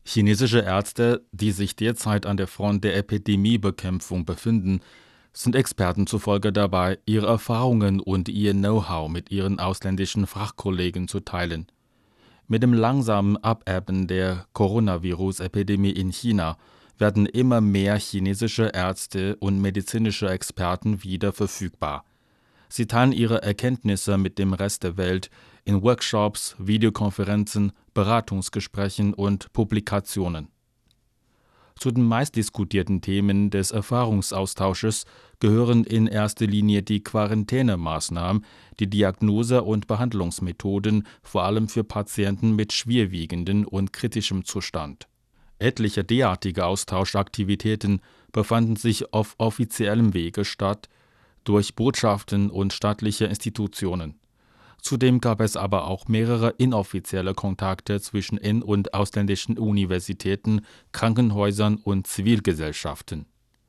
Chinesische Ärzte, die sich derzeit an der Front der Epidemiebekämpfung befinden, sind Experten zufolge dabei, ihre Erfahrungen und ihr Know-how mit ihren ausländischen Fachkollegen zu teilen. Mit dem langsamen Abebben der Coronavirus-Epidemie in China werden immer mehr chinesische Ärzte und medizinische Experten wieder verfügbar. Sie teilen ihre Erkenntnisse mit dem Rest der Welt in Workshops, Videokonferenzen, Beratungsgesprächen und Publikationen. Zu den meistdiskutierten Themen des Erfahrungsaustausches gehören in erster Linie die Quarantänemaßnahmen, die Diagnose- und Behandlungsmethoden, vor allem für Patienten mit schwerwiegendem und kritischem Zustand. Etliche derartige Austauschaktivitäten befanden sich auf offiziellem Wege statt, durch Botschaften und staatliche Institutionen. Zudem gab es aber auch mehrere inoffizielle Kontakte zwischen in- und ausländischen Universitäten, Krankenhäusern und Zivilgesellschaften.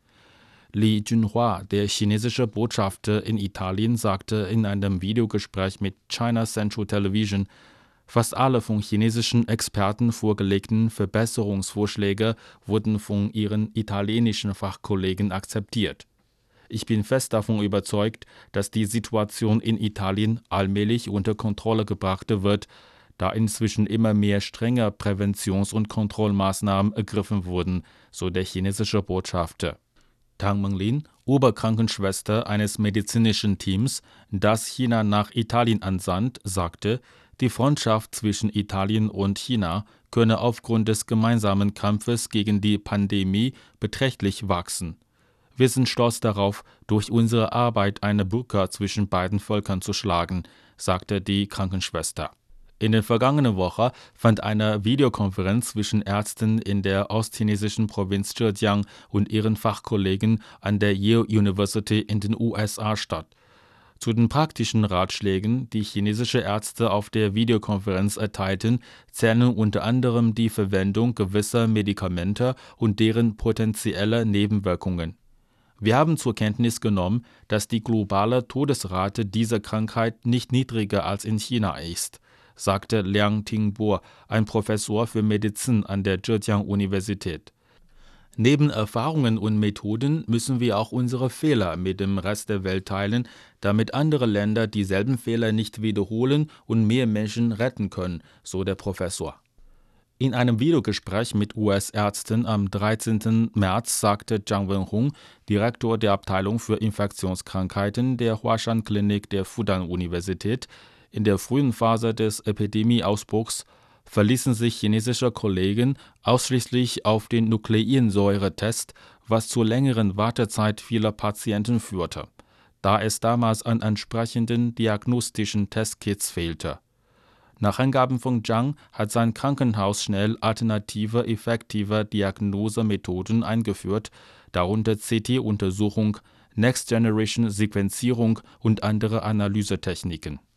Li Junhua, der chinesische Botschafter in Italien, sagte in einem Videogespräch mit China Central Television, fast alle von chinesischen Experten vorgelegten Verbesserungsvorschläge wurden von ihren italienischen Fachkollegen akzeptiert. Ich bin fest davon überzeugt, dass die Situation in Italien allmählich unter Kontrolle gebracht wird, da inzwischen immer mehr strenge Präventions- und Kontrollmaßnahmen ergriffen wurden, so der chinesische Botschafter. Tang Menglin, Oberkrankenschwester eines medizinischen Teams, das China nach Italien antsandt, sagte, die Freundschaft zwischen Italien und China könne aufgrund des gemeinsamen Kampfes gegen die Pandemie beträchtlich wachsen. Wir sind stolz darauf, durch unsere Arbeit eine Brücke zwischen beiden Völkern zu schlagen, sagte die Krankenschwester. In der vergangenen Woche fand eine Videokonferenz zwischen Ärzten in der ostchinesischen Provinz Zhejiang und ihren Fachkollegen an der Yale University in den USA statt. Zu den praktischen Ratschlägen, die chinesische Ärzte auf der Videokonferenz erteilten, zählen unter anderem die Verwendung gewisser Medikamente und deren potenzielle Nebenwirkungen. Wir haben zur Kenntnis genommen, dass die globale Todesrate dieser Krankheit nicht niedriger als in China ist, sagte Liang Tingbo, ein Professor für Medizin an der Zhejiang-Universität. Neben Erfahrungen und Methoden müssen wir auch unsere Fehler mit dem Rest der Welt teilen, damit andere Länder dieselben Fehler nicht wiederholen und mehr Menschen retten können, so der Professor. In einem Videogespräch mit US-Ärzten am 13. März sagte Zhang Wenhong, Direktor der Abteilung für Infektionskrankheiten der Huashan-Klinik der Fudan-Universität, in der frühen Phase des Epidemieausbruchs verließen sich chinesische Kollegen ausschließlich auf den Nukleinsäure-Test, was zur längeren Wartezeit vieler Patienten führte, da es damals an entsprechenden diagnostischen Testkits fehlte. Nach Angaben von Zhang hat sein Krankenhaus schnell alternative, effektive Diagnosemethoden eingeführt, darunter CT-Untersuchung, Next-Generation-Sequenzierung und andere Analysetechniken.